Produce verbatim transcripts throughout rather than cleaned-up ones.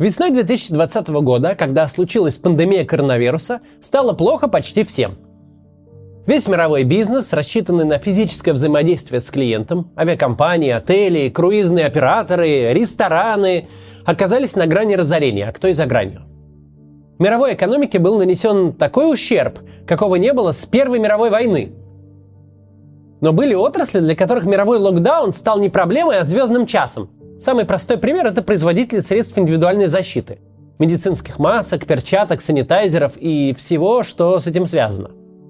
Весной две тысячи двадцатого года, когда случилась пандемия коронавируса, стало плохо почти всем. Весь мировой бизнес, рассчитанный на физическое взаимодействие с клиентом, авиакомпании, отели, круизные операторы, рестораны, оказались на грани разорения, а кто и за гранью. Мировой экономике был нанесен такой ущерб, какого не было с Первой мировой войны. Но были отрасли, для которых мировой локдаун стал не проблемой, а звездным часом. Самый простой пример – это производители средств индивидуальной защиты. Медицинских масок, перчаток, санитайзеров и всего, что с этим связано.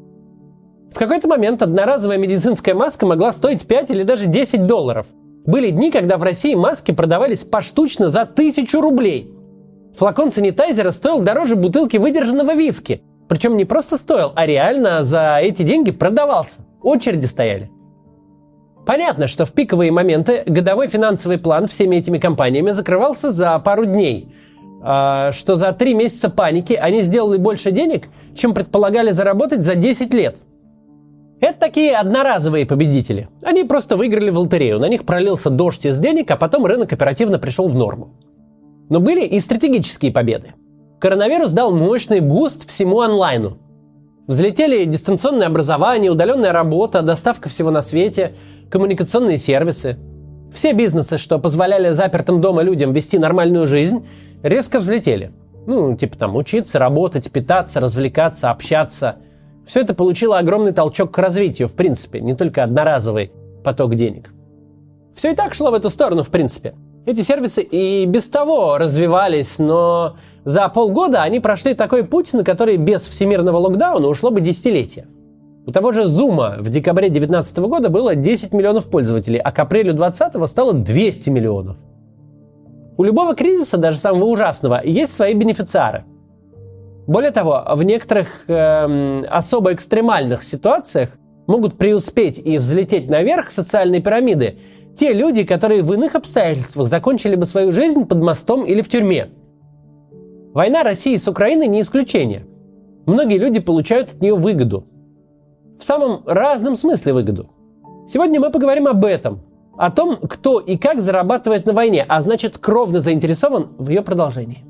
В какой-то момент одноразовая медицинская маска могла стоить пять или даже десять долларов. Были дни, когда в России маски продавались поштучно за тысячу рублей. Флакон санитайзера стоил дороже бутылки выдержанного виски. Причем не просто стоил, а реально за эти деньги продавался. Очереди стояли. Понятно, что в пиковые моменты годовой финансовый план всеми этими компаниями закрывался за пару дней. Что за три месяца паники они сделали больше денег, чем предполагали заработать за десять лет. Это такие одноразовые победители. Они просто выиграли в лотерею, на них пролился дождь из денег, а потом рынок оперативно пришел в норму. Но были и стратегические победы. Коронавирус дал мощный буст всему онлайну. Взлетели дистанционное образование, удаленная работа, доставка всего на свете, коммуникационные сервисы. Все бизнесы, что позволяли запертым дома людям вести нормальную жизнь, резко взлетели. Ну, типа там учиться, работать, питаться, развлекаться, общаться. Все это получило огромный толчок к развитию, в принципе, не только одноразовый поток денег. Все и так шло в эту сторону, в принципе. Эти сервисы и без того развивались, но за полгода они прошли такой путь, на который без всемирного локдауна ушло бы десятилетие. У того же Zoom в декабре две тысячи девятнадцатого года было десять миллионов пользователей, а к апрелю две тысячи двадцатого стало двести миллионов. У любого кризиса, даже самого ужасного, есть свои бенефициары. Более того, в некоторых э, особо экстремальных ситуациях могут преуспеть и взлететь наверх социальной пирамиды те люди, которые в иных обстоятельствах закончили бы свою жизнь под мостом или в тюрьме. Война России с Украиной не исключение. Многие люди получают от нее выгоду. В самом разном смысле выгоду. Сегодня мы поговорим об этом. О том, кто и как зарабатывает на войне, а значит, кровно заинтересован в ее продолжении.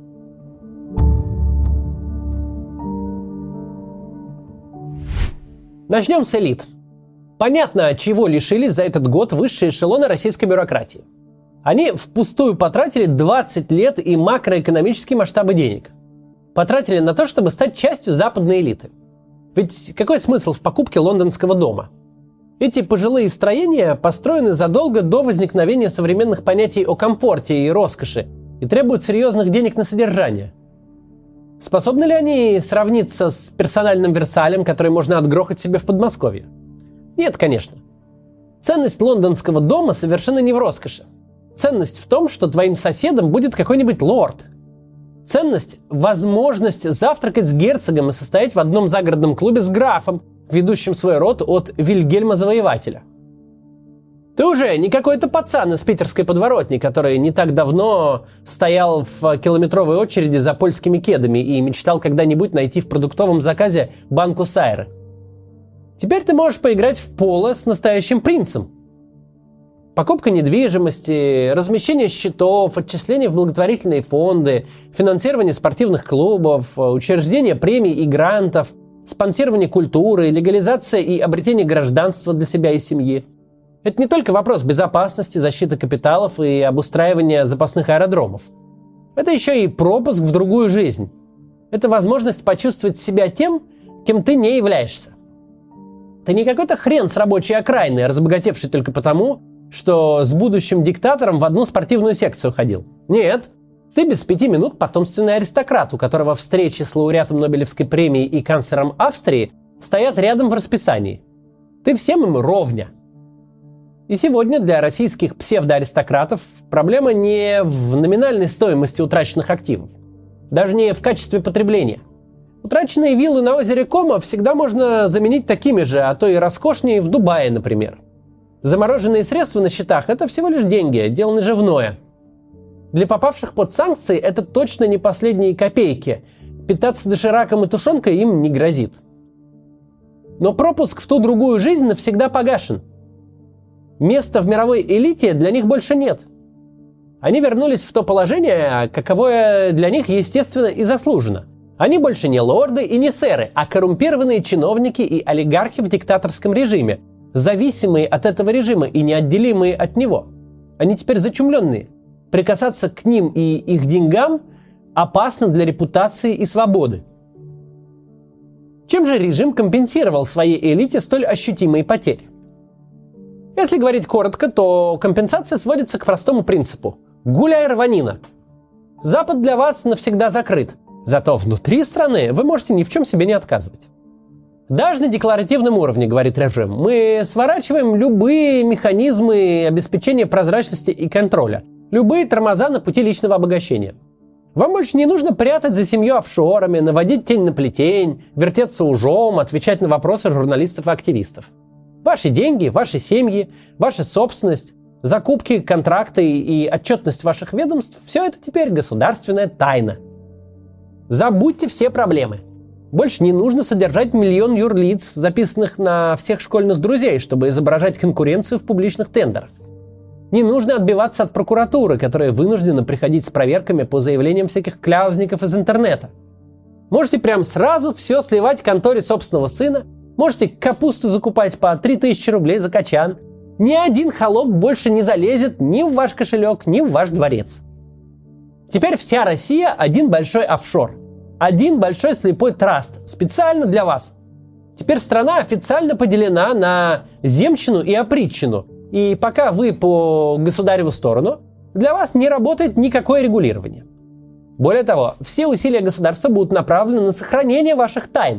Начнем с элит. Понятно, чего лишились за этот год высшие эшелоны российской бюрократии. Они впустую потратили двадцать лет и макроэкономические масштабы денег. Потратили на то, чтобы стать частью западной элиты. Ведь какой смысл в покупке лондонского дома? Эти пожилые строения построены задолго до возникновения современных понятий о комфорте и роскоши и требуют серьезных денег на содержание. Способны ли они сравниться с персональным Версалем, который можно отгрохать себе в Подмосковье? Нет, конечно. Ценность лондонского дома совершенно не в роскоши. Ценность в том, что твоим соседом будет какой-нибудь лорд. Ценность – возможность завтракать с герцогом и состоять в одном загородном клубе с графом, ведущим свой род от Вильгельма Завоевателя. Ты уже не какой-то пацан из питерской подворотни, который не так давно стоял в километровой очереди за польскими кедами и мечтал когда-нибудь найти в продуктовом заказе банку сайры. Теперь ты можешь поиграть в поло с настоящим принцем. Покупка недвижимости, размещение счетов, отчисления в благотворительные фонды, финансирование спортивных клубов, учреждение премий и грантов, спонсирование культуры, легализация и обретение гражданства для себя и семьи. Это не только вопрос безопасности, защиты капиталов и обустраивания запасных аэродромов. Это еще и пропуск в другую жизнь. Это возможность почувствовать себя тем, кем ты не являешься. Ты не какой-то хрен с рабочей окраины, разбогатевший только потому, что с будущим диктатором в одну спортивную секцию ходил. Нет, ты без пяти минут потомственный аристократ, у которого встречи с лауреатом Нобелевской премии и канцлером Австрии стоят рядом в расписании. Ты всем им ровня. И сегодня для российских псевдоаристократов проблема не в номинальной стоимости утраченных активов, даже не в качестве потребления. Утраченные виллы на озере Кома всегда можно заменить такими же, а то и роскошнее в Дубае, например. Замороженные средства на счетах – это всего лишь деньги, дело наживное. Для попавших под санкции это точно не последние копейки. Питаться дошираком и тушенкой им не грозит. Но пропуск в ту другую жизнь навсегда погашен. Места в мировой элите для них больше нет. Они вернулись в то положение, каковое для них естественно и заслуженно. Они больше не лорды и не сэры, а коррумпированные чиновники и олигархи в диктаторском режиме, зависимые от этого режима и неотделимые от него. Они теперь зачумленные. Прикасаться к ним и их деньгам опасно для репутации и свободы. Чем же режим компенсировал своей элите столь ощутимые потери? Если говорить коротко, то компенсация сводится к простому принципу. Гуляй, рванина. Запад для вас навсегда закрыт. Зато внутри страны вы можете ни в чем себе не отказывать. Даже на декларативном уровне, говорит режим, мы сворачиваем любые механизмы обеспечения прозрачности и контроля, любые тормоза на пути личного обогащения. Вам больше не нужно прятать за семью офшорами, наводить тень на плетень, вертеться ужом, отвечать на вопросы журналистов и активистов. Ваши деньги, ваши семьи, ваша собственность, закупки, контракты и отчетность ваших ведомств – все это теперь государственная тайна. Забудьте все проблемы. Больше не нужно содержать миллион юрлиц, записанных на всех школьных друзей, чтобы изображать конкуренцию в публичных тендерах. Не нужно отбиваться от прокуратуры, которая вынуждена приходить с проверками по заявлениям всяких кляузников из интернета. Можете прям сразу все сливать конторе собственного сына, можете капусту закупать по три тысячи рублей за качан. Ни один холоп больше не залезет ни в ваш кошелек, ни в ваш дворец. Теперь вся Россия – один большой офшор. Один большой слепой траст. Специально для вас. Теперь страна официально поделена на земщину и опричщину. И пока вы по государеву сторону, для вас не работает никакое регулирование. Более того, все усилия государства будут направлены на сохранение ваших тайн.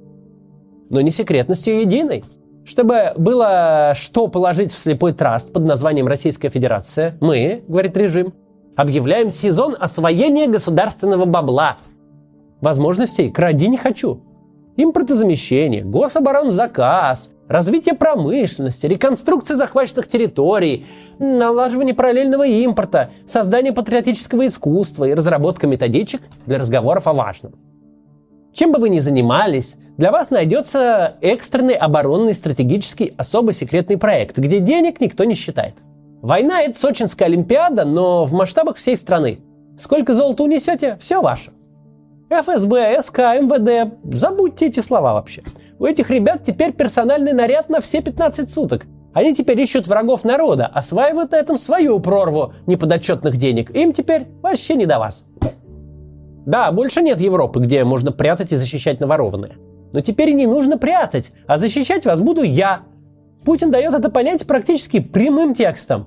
Но не секретностью единой. Чтобы было что положить в слепой траст под названием Российская Федерация, мы, говорит режим, объявляем сезон освоения государственного бабла. Возможностей кради не хочу. Импортозамещение, гособоронзаказ, развитие промышленности, реконструкция захваченных территорий, налаживание параллельного импорта, создание патриотического искусства и разработка методичек для разговоров о важном. Чем бы вы ни занимались, для вас найдется экстренный оборонный стратегический особо секретный проект, где денег никто не считает. Война – это Сочинская Олимпиада, но в масштабах всей страны. Сколько золота унесете – все ваше. эф эс бэ, эс ка, эм вэ дэ – забудьте эти слова вообще. У этих ребят теперь персональный наряд на все пятнадцать суток. Они теперь ищут врагов народа, осваивают на этом свою прорву неподотчетных денег. Им теперь вообще не до вас. Да, больше нет Европы, где можно прятать и защищать наворованное. Но теперь и не нужно прятать, а защищать вас буду я. Путин дает это понять практически прямым текстом.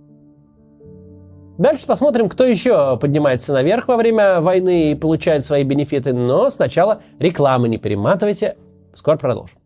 Дальше посмотрим, кто еще поднимается наверх во время войны и получает свои бенефиты. Но сначала рекламы не перематывайте. Скоро продолжим.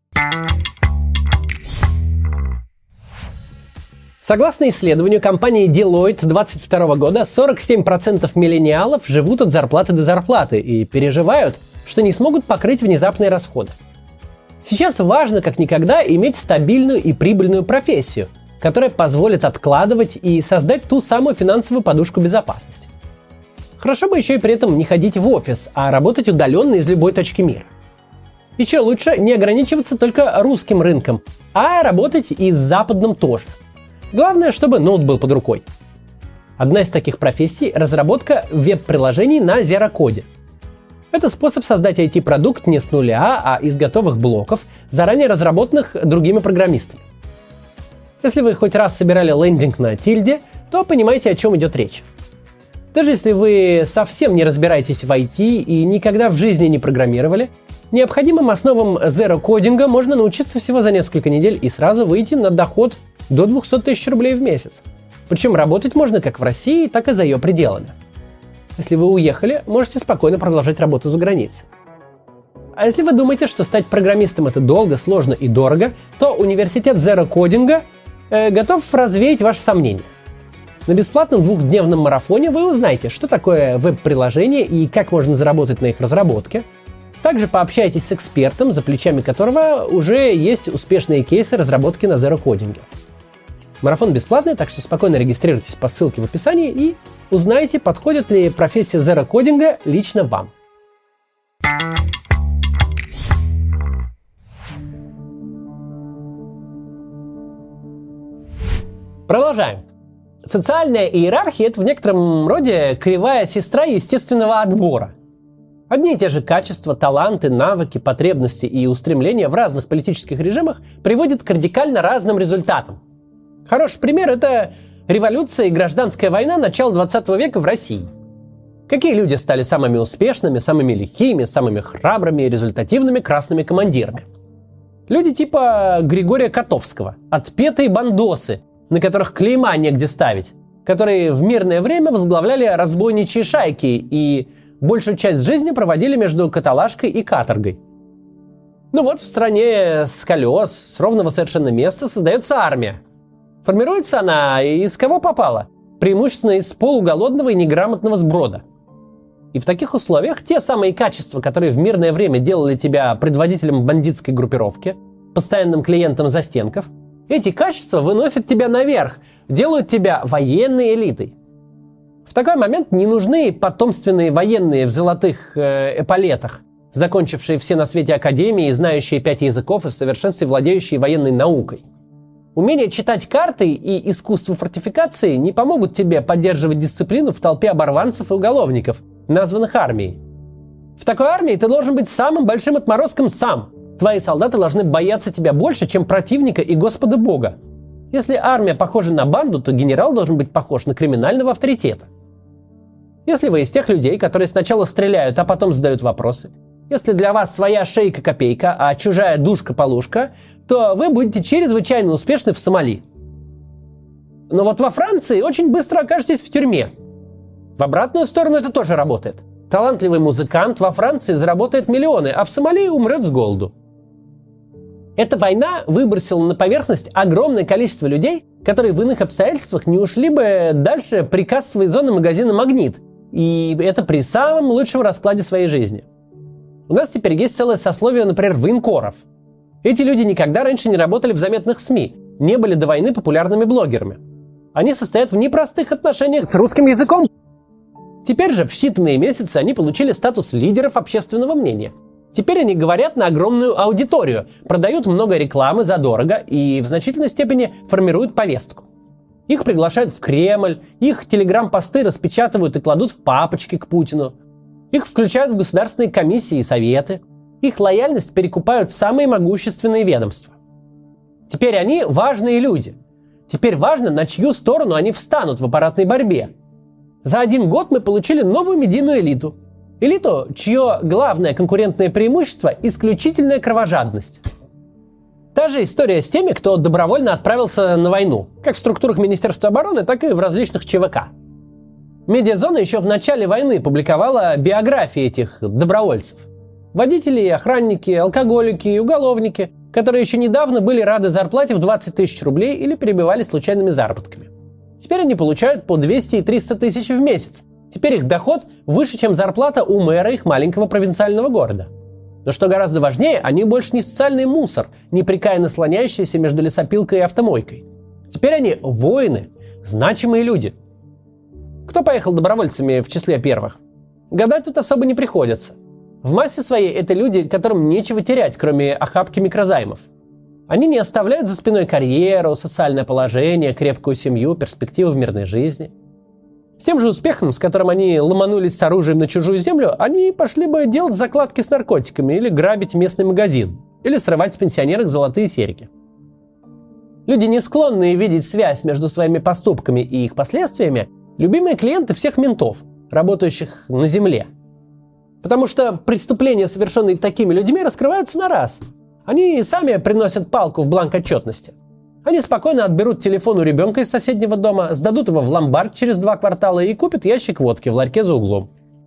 Согласно исследованию компании Deloitte две тысячи двадцать второго года, сорок семь процентов миллениалов живут от зарплаты до зарплаты и переживают, что не смогут покрыть внезапные расходы. Сейчас важно как никогда иметь стабильную и прибыльную профессию, которая позволит откладывать и создать ту самую финансовую подушку безопасности. Хорошо бы еще и при этом не ходить в офис, а работать удаленно из любой точки мира. Еще лучше не ограничиваться только русским рынком, а работать и с западным тоже. Главное, чтобы ноут был под рукой. Одна из таких профессий – разработка веб-приложений на зерокоде. Это способ создать ай ти-продукт не с нуля, а из готовых блоков, заранее разработанных другими программистами. Если вы хоть раз собирали лендинг на тильде, то понимаете, о чем идет речь. Даже если вы совсем не разбираетесь в ай ти и никогда в жизни не программировали, необходимым основам зерокодинга можно научиться всего за несколько недель и сразу выйти на доход до двести тысяч рублей в месяц. Причем работать можно как в России, так и за ее пределами. Если вы уехали, можете спокойно продолжать работу за границей. А если вы думаете, что стать программистом это долго, сложно и дорого, то университет зерокодинга э, готов развеять ваши сомнения. На бесплатном двухдневном марафоне вы узнаете, что такое веб-приложение и как можно заработать на их разработке. Также пообщайтесь с экспертом, за плечами которого уже есть успешные кейсы разработки на зерокодинге. Марафон бесплатный, так что спокойно регистрируйтесь по ссылке в описании и узнайте, подходит ли профессия зерокодинга лично вам. Продолжаем. Социальная иерархия – это в некотором роде кривая сестра естественного отбора. Одни и те же качества, таланты, навыки, потребности и устремления в разных политических режимах приводят к радикально разным результатам. Хороший пример – это революция и гражданская война начала двадцатого века в России. Какие люди стали самыми успешными, самыми лихими, самыми храбрыми и результативными красными командирами? Люди типа Григория Котовского, отпетые бандосы, на которых клейма негде ставить, которые в мирное время возглавляли разбойничьи шайки и большую часть жизни проводили между каталажкой и каторгой. Ну вот в стране с колес, с ровного совершенно места создается армия. Формируется она из кого попало? Преимущественно из полуголодного и неграмотного сброда. И в таких условиях те самые качества, которые в мирное время делали тебя предводителем бандитской группировки, постоянным клиентом застенков, эти качества выносят тебя наверх, делают тебя военной элитой. В такой момент не нужны потомственные военные в золотых э, эполетах, закончившие все на свете академии, знающие пять языков и в совершенстве владеющие военной наукой. Умение читать карты и искусство фортификации не помогут тебе поддерживать дисциплину в толпе оборванцев и уголовников, названных армией. В такой армии ты должен быть самым большим отморозком сам. Твои солдаты должны бояться тебя больше, чем противника и Господа Бога. Если армия похожа на банду, то генерал должен быть похож на криминального авторитета. Если вы из тех людей, которые сначала стреляют, а потом задают вопросы, если для вас своя шейка-копейка, а чужая душка-полушка, то вы будете чрезвычайно успешны в Сомали. Но вот во Франции очень быстро окажетесь в тюрьме. В обратную сторону это тоже работает. Талантливый музыкант во Франции заработает миллионы, а в Сомали умрет с голоду. Эта война выбросила на поверхность огромное количество людей, которые в иных обстоятельствах не ушли бы дальше прикассовой зоны магазина «Магнит». И это при самом лучшем раскладе своей жизни. У нас теперь есть целое сословие, например, военкоров. Эти люди никогда раньше не работали в заметных СМИ, не были до войны популярными блогерами. Они состоят в непростых отношениях с русским языком. Теперь же в считанные месяцы они получили статус лидеров общественного мнения. Теперь они говорят на огромную аудиторию, продают много рекламы задорого и в значительной степени формируют повестку. Их приглашают в Кремль, их телеграм-посты распечатывают и кладут в папочки к Путину. Их включают в государственные комиссии и советы. Их лояльность перекупают самые могущественные ведомства. Теперь они важные люди. Теперь важно, на чью сторону они встанут в аппаратной борьбе. За один год мы получили новую медийную элиту. Элиту, чье главное конкурентное преимущество – исключительная кровожадность. Та же история с теми, кто добровольно отправился на войну, как в структурах Министерства обороны, так и в различных ЧВК. Медиазона еще в начале войны публиковала биографии этих добровольцев. Водители, охранники, алкоголики и уголовники, которые еще недавно были рады зарплате в двадцать тысяч рублей или перебивали случайными заработками. Теперь они получают по двести и триста тысяч в месяц. Теперь их доход выше, чем зарплата у мэра их маленького провинциального города. Но что гораздо важнее, они больше не социальный мусор, непрекаянно слоняющийся между лесопилкой и автомойкой. Теперь они воины, значимые люди. Кто поехал добровольцами в числе первых? Гадать тут особо не приходится. В массе своей это люди, которым нечего терять, кроме охапки микрозаймов. Они не оставляют за спиной карьеру, социальное положение, крепкую семью, перспективы в мирной жизни. С тем же успехом, с которым они ломанулись с оружием на чужую землю, они пошли бы делать закладки с наркотиками или грабить местный магазин, или срывать с пенсионерок золотые серьги. Люди, не склонные видеть связь между своими поступками и их последствиями, любимые клиенты всех ментов, работающих на земле. Потому что преступления, совершенные такими людьми, раскрываются на раз. Они сами приносят палку в бланк отчетности. Они спокойно отберут телефон у ребенка из соседнего дома, сдадут его в ломбард через два квартала и купят ящик водки в ларьке за углом.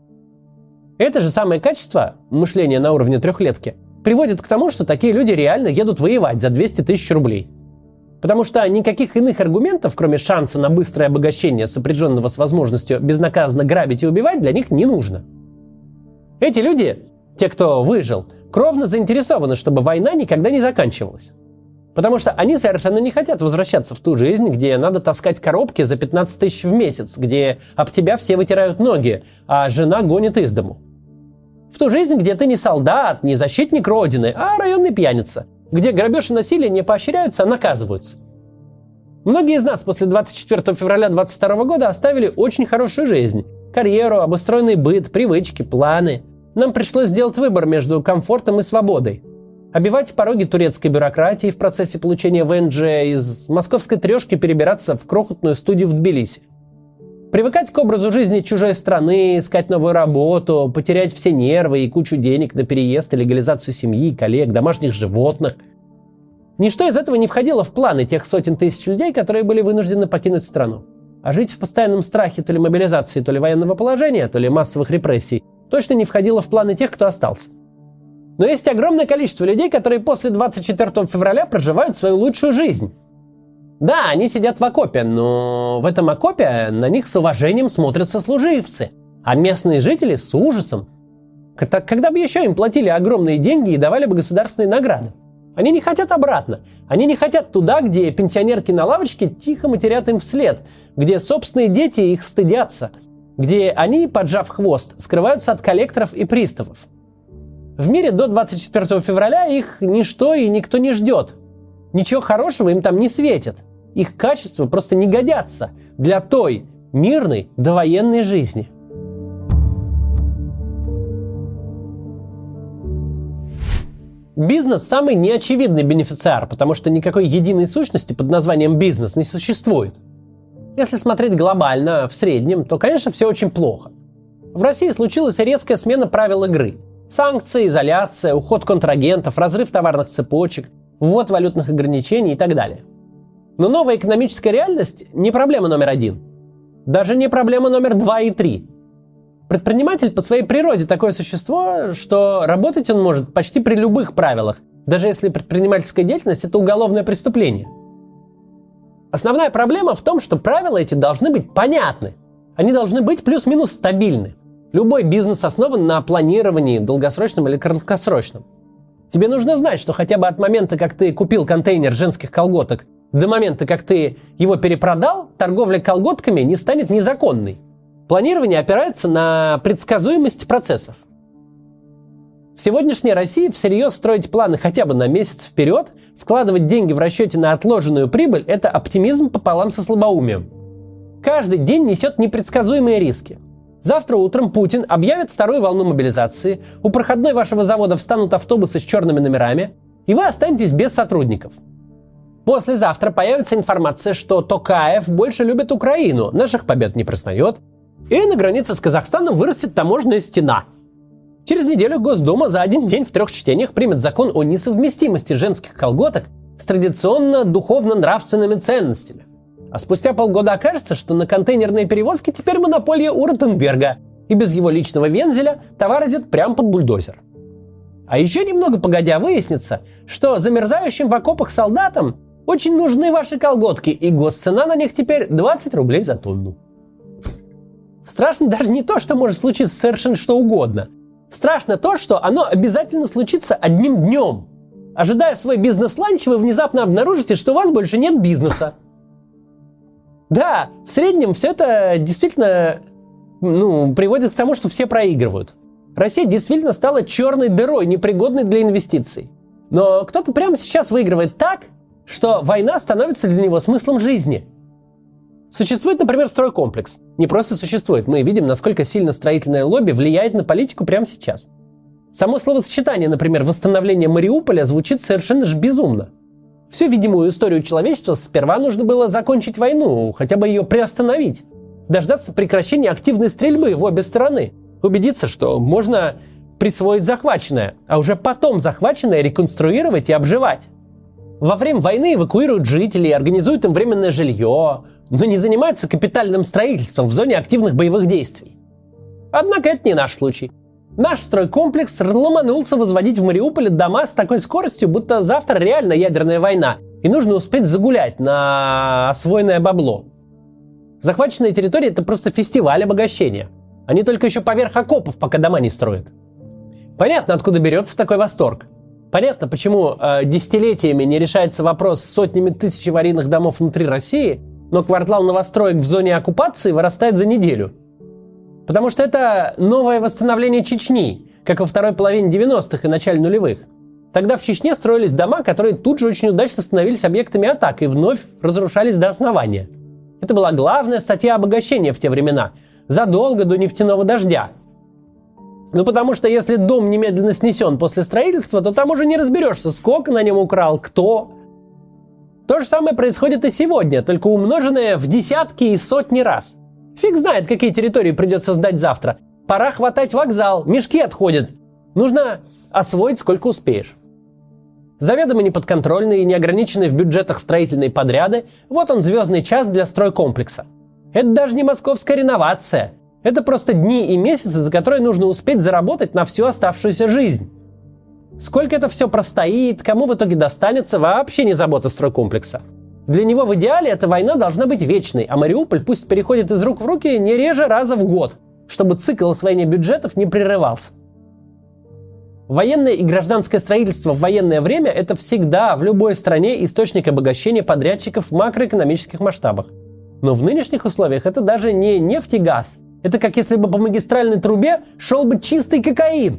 Это же самое качество, мышления на уровне трехлетки, приводит к тому, что такие люди реально едут воевать за двести тысяч рублей. Потому что никаких иных аргументов, кроме шанса на быстрое обогащение, сопряженного с возможностью безнаказанно грабить и убивать, для них не нужно. Эти люди, те, кто выжил, кровно заинтересованы, чтобы война никогда не заканчивалась. Потому что они совершенно не хотят возвращаться в ту жизнь, где надо таскать коробки за пятнадцать тысяч в месяц, где об тебя все вытирают ноги, а жена гонит из дому. В ту жизнь, где ты не солдат, не защитник Родины, а районный пьяница, где грабеж и насилие не поощряются, а наказываются. Многие из нас после двадцать четвёртого февраля две тысячи двадцать второго года оставили очень хорошую жизнь. Карьеру, обустроенный быт, привычки, планы. Нам пришлось сделать выбор между комфортом и свободой. Обивать пороги турецкой бюрократии в процессе получения вэ эн джэ, из московской трешки перебираться в крохотную студию в Тбилиси. Привыкать к образу жизни чужой страны, искать новую работу, потерять все нервы и кучу денег на переезд и легализацию семьи, коллег, домашних животных. Ничто из этого не входило в планы тех сотен тысяч людей, которые были вынуждены покинуть страну. А жить в постоянном страхе то ли мобилизации, то ли военного положения, то ли массовых репрессий точно не входило в планы тех, кто остался. Но есть огромное количество людей, которые после двадцать четвёртого февраля проживают свою лучшую жизнь. Да, они сидят в окопе, но в этом окопе на них с уважением смотрят сослуживцы, а местные жители с ужасом. Когда бы еще им платили огромные деньги и давали бы государственные награды? Они не хотят обратно. Они не хотят туда, где пенсионерки на лавочке тихо матерят им вслед, где собственные дети их стыдятся, где они, поджав хвост, скрываются от коллекторов и приставов. В мире до двадцать четвёртого февраля их ничто и никто не ждет. Ничего хорошего им там не светит. Их качества просто не годятся для той мирной довоенной жизни. Бизнес – самый неочевидный бенефициар, потому что никакой единой сущности под названием бизнес не существует. Если смотреть глобально, в среднем, то, конечно, все очень плохо. В России случилась резкая смена правил игры. Санкции, изоляция, уход контрагентов, разрыв товарных цепочек, ввод валютных ограничений и так далее. Но новая экономическая реальность не проблема номер один. Даже не проблема номер два и три. Предприниматель по своей природе такое существо, что работать он может почти при любых правилах, даже если предпринимательская деятельность – это уголовное преступление. Основная проблема в том, что правила эти должны быть понятны. Они должны быть плюс-минус стабильны. Любой бизнес основан на планировании, долгосрочном или краткосрочном. Тебе нужно знать, что хотя бы от момента, как ты купил контейнер женских колготок, до момента, как ты его перепродал, торговля колготками не станет незаконной. Планирование опирается на предсказуемость процессов. В сегодняшней России всерьез строить планы хотя бы на месяц вперед, вкладывать деньги в расчете на отложенную прибыль – это оптимизм пополам со слабоумием. Каждый день несет непредсказуемые риски. Завтра утром Путин объявит вторую волну мобилизации, у проходной вашего завода встанут автобусы с черными номерами, и вы останетесь без сотрудников. Послезавтра появится информация, что Токаев больше любит Украину, наших побед не признает, и на границе с Казахстаном вырастет таможенная стена. Через неделю Госдума за один день в трех чтениях примет закон о несовместимости женских колготок с традиционно духовно-нравственными ценностями. А спустя полгода окажется, что на контейнерные перевозки теперь монополия у Ротенберга, и без его личного вензеля товар идет прямо под бульдозер. А еще немного погодя выяснится, что замерзающим в окопах солдатам очень нужны ваши колготки, и госцена на них теперь двадцать рублей за тонну. Страшно даже не то, что может случиться совершенно что угодно. Страшно то, что оно обязательно случится одним днем. Ожидая свой бизнес-ланч, вы внезапно обнаружите, что у вас больше нет бизнеса. Да, в среднем все это действительно ну, приводит к тому, что все проигрывают. Россия действительно стала черной дырой, непригодной для инвестиций. Но кто-то прямо сейчас выигрывает так, что война становится для него смыслом жизни. Существует, например, стройкомплекс. Не просто существует. Мы видим, насколько сильно строительное лобби влияет на политику прямо сейчас. Само словосочетание, например, восстановление Мариуполя звучит совершенно же безумно. Всю видимую историю человечества сперва нужно было закончить войну, хотя бы ее приостановить. Дождаться прекращения активной стрельбы в обе стороны. Убедиться, что можно присвоить захваченное, а уже потом захваченное реконструировать и обживать. Во время войны эвакуируют жителей, организуют им временное жилье, но не занимаются капитальным строительством в зоне активных боевых действий. Однако это не наш случай. Наш стройкомплекс ломанулся возводить в Мариуполе дома с такой скоростью, будто завтра реально ядерная война, и нужно успеть загулять на освоенное бабло. Захваченные территории – это просто фестиваль обогащения. Они только еще поверх окопов, пока дома не строят. Понятно, откуда берется такой восторг. Понятно, почему э, десятилетиями не решается вопрос с сотнями тысяч аварийных домов внутри России, но квартал новостроек в зоне оккупации вырастает за неделю. Потому что это новое восстановление Чечни, как во второй половине девяностых и начале нулевых. Тогда в Чечне строились дома, которые тут же очень удачно становились объектами атак и вновь разрушались до основания. Это была главная статья обогащения в те времена, задолго до нефтяного дождя. Ну потому что если дом немедленно снесен после строительства, то там уже не разберешься, сколько на нем украл, кто. То же самое происходит и сегодня, только умноженное в десятки и сотни раз. Фиг знает, какие территории придется сдать завтра. Пора хватать вокзал, мешки отходят. Нужно освоить сколько успеешь. Заведомо неподконтрольные и неограниченные в бюджетах строительные подряды – вот он звездный час для стройкомплекса. Это даже не московская реновация. Это просто дни и месяцы, за которые нужно успеть заработать на всю оставшуюся жизнь. Сколько это все простоит, кому в итоге достанется – вообще не забота стройкомплекса. Для него в идеале эта война должна быть вечной, а Мариуполь пусть переходит из рук в руки не реже раза в год, чтобы цикл освоения бюджетов не прерывался. Военное и гражданское строительство в военное время – это всегда в любой стране источник обогащения подрядчиков в макроэкономических масштабах. Но в нынешних условиях это даже не нефть и газ. Это как если бы по магистральной трубе шел бы чистый кокаин.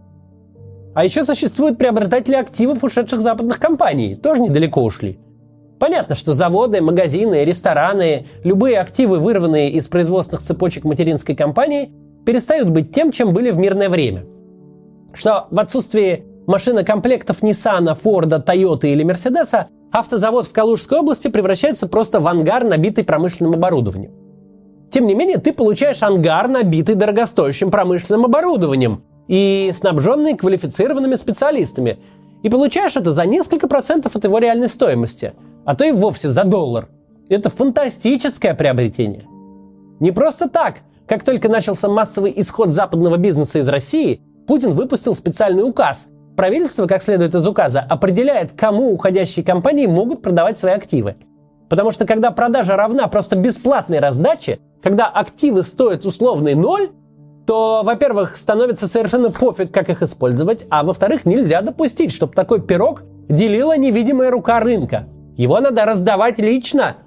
А еще существуют приобретатели активов ушедших западных компаний. Тоже недалеко ушли. Понятно, что заводы, магазины, рестораны, любые активы, вырванные из производственных цепочек материнской компании, перестают быть тем, чем были в мирное время. Что в отсутствии машинокомплектов Ниссана, Форда, Тойоты или Мерседеса автозавод в Калужской области превращается просто в ангар, набитый промышленным оборудованием. Тем не менее, ты получаешь ангар, набитый дорогостоящим промышленным оборудованием и снабженный квалифицированными специалистами. И получаешь это за несколько процентов от его реальной стоимости, а то и вовсе за доллар. Это фантастическое приобретение. Не просто так, как только начался массовый исход западного бизнеса из России, Путин выпустил специальный указ. Правительство, как следует из указа, определяет, кому уходящие компании могут продавать свои активы. Потому что когда продажа равна просто бесплатной раздаче, когда активы стоят условный ноль, то, во-первых, становится совершенно пофиг, как их использовать, а во-вторых, нельзя допустить, чтобы такой пирог делила невидимая рука рынка. Его надо раздавать лично.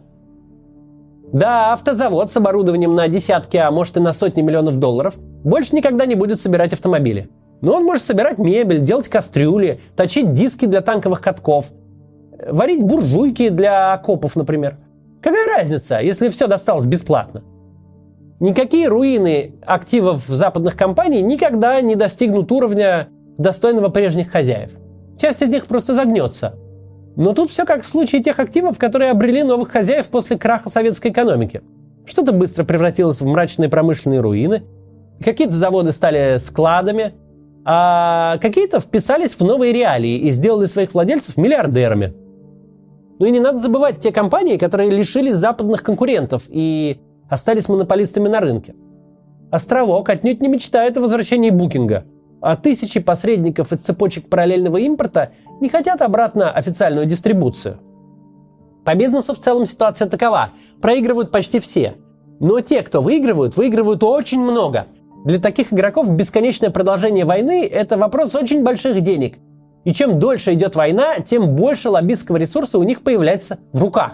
Да, автозавод с оборудованием на десятки, а может и на сотни миллионов долларов больше никогда не будет собирать автомобили. Но он может собирать мебель, делать кастрюли, точить диски для танковых катков, варить буржуйки для окопов, например. Какая разница, если все досталось бесплатно? Никакие руины активов западных компаний никогда не достигнут уровня, достойного прежних хозяев. Часть из них просто загнется. Но тут все как в случае тех активов, которые обрели новых хозяев после краха советской экономики. Что-то быстро превратилось в мрачные промышленные руины, какие-то заводы стали складами, а какие-то вписались в новые реалии и сделали своих владельцев миллиардерами. Ну и не надо забывать те компании, которые лишились западных конкурентов и остались монополистами на рынке. Островок отнюдь не мечтает о возвращении букинга, а тысячи посредников из цепочек параллельного импорта не хотят обратно официальную дистрибуцию. По бизнесу в целом ситуация такова. Проигрывают почти все. Но те, кто выигрывают, выигрывают очень много. Для таких игроков бесконечное продолжение войны – это вопрос очень больших денег. И чем дольше идет война, тем больше лоббистского ресурса у них появляется в руках.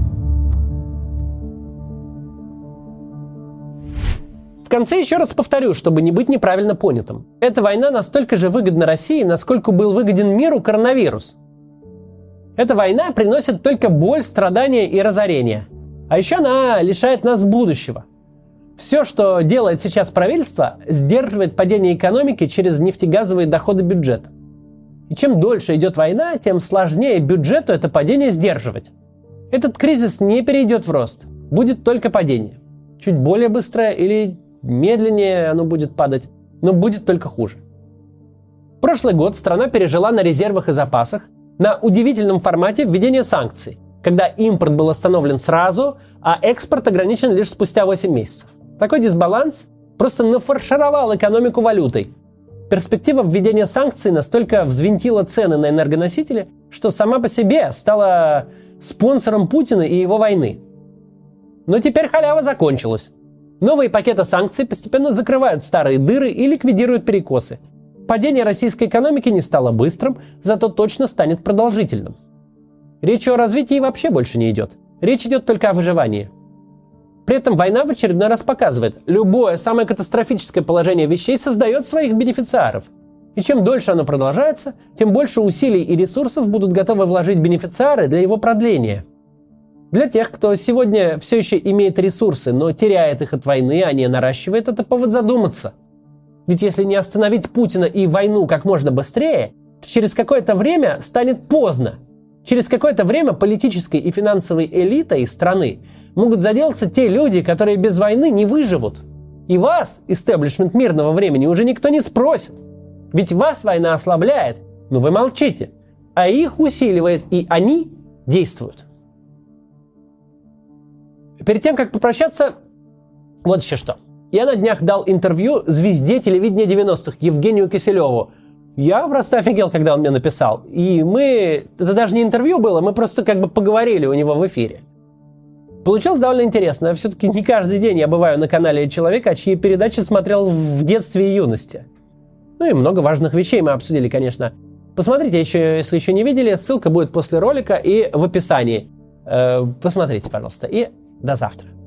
В конце еще раз повторю, чтобы не быть неправильно понятым. Эта война настолько же выгодна России, насколько был выгоден миру коронавирус. Эта война приносит только боль, страдания и разорение. А еще она лишает нас будущего. Все, что делает сейчас правительство, сдерживает падение экономики через нефтегазовые доходы бюджета. И чем дольше идет война, тем сложнее бюджету это падение сдерживать. Этот кризис не перейдет в рост, будет только падение. Чуть более быстрое или медленнее оно будет падать, но будет только хуже. Прошлый год страна пережила на резервах и запасах на удивительном формате введения санкций, когда импорт был остановлен сразу, а экспорт ограничен лишь спустя восемь месяцев. Такой дисбаланс просто нафаршировал экономику валютой. Перспектива введения санкций настолько взвинтила цены на энергоносители, что сама по себе стала спонсором Путина и его войны. Но теперь халява закончилась. Новые пакеты санкций постепенно закрывают старые дыры и ликвидируют перекосы. Падение российской экономики не стало быстрым, зато точно станет продолжительным. Речь о развитии вообще больше не идет. Речь идет только о выживании. При этом война в очередной раз показывает, любое самое катастрофическое положение вещей создает своих бенефициаров. И чем дольше оно продолжается, тем больше усилий и ресурсов будут готовы вложить бенефициары для его продления. Для тех, кто сегодня все еще имеет ресурсы, но теряет их от войны, а не наращивает, это повод задуматься. Ведь если не остановить Путина и войну как можно быстрее, то через какое-то время станет поздно. Через какое-то время политической и финансовой элитой страны могут заделаться те люди, которые без войны не выживут. И вас, истеблишмент мирного времени, уже никто не спросит. Ведь вас война ослабляет, но вы молчите, а их усиливает, и они действуют. Перед тем, как попрощаться, вот еще что. Я на днях дал интервью звезде телевидения девяностых Евгению Киселеву. Я просто офигел, когда он мне написал. И мы... Это даже не интервью было, мы просто как бы поговорили у него в эфире. Получилось довольно интересно. Все-таки не каждый день я бываю на канале человека, чьи передачи смотрел в детстве и юности. Ну и много важных вещей мы обсудили, конечно. Посмотрите, еще, если еще не видели, ссылка будет после ролика и в описании. Посмотрите, пожалуйста. И до завтра.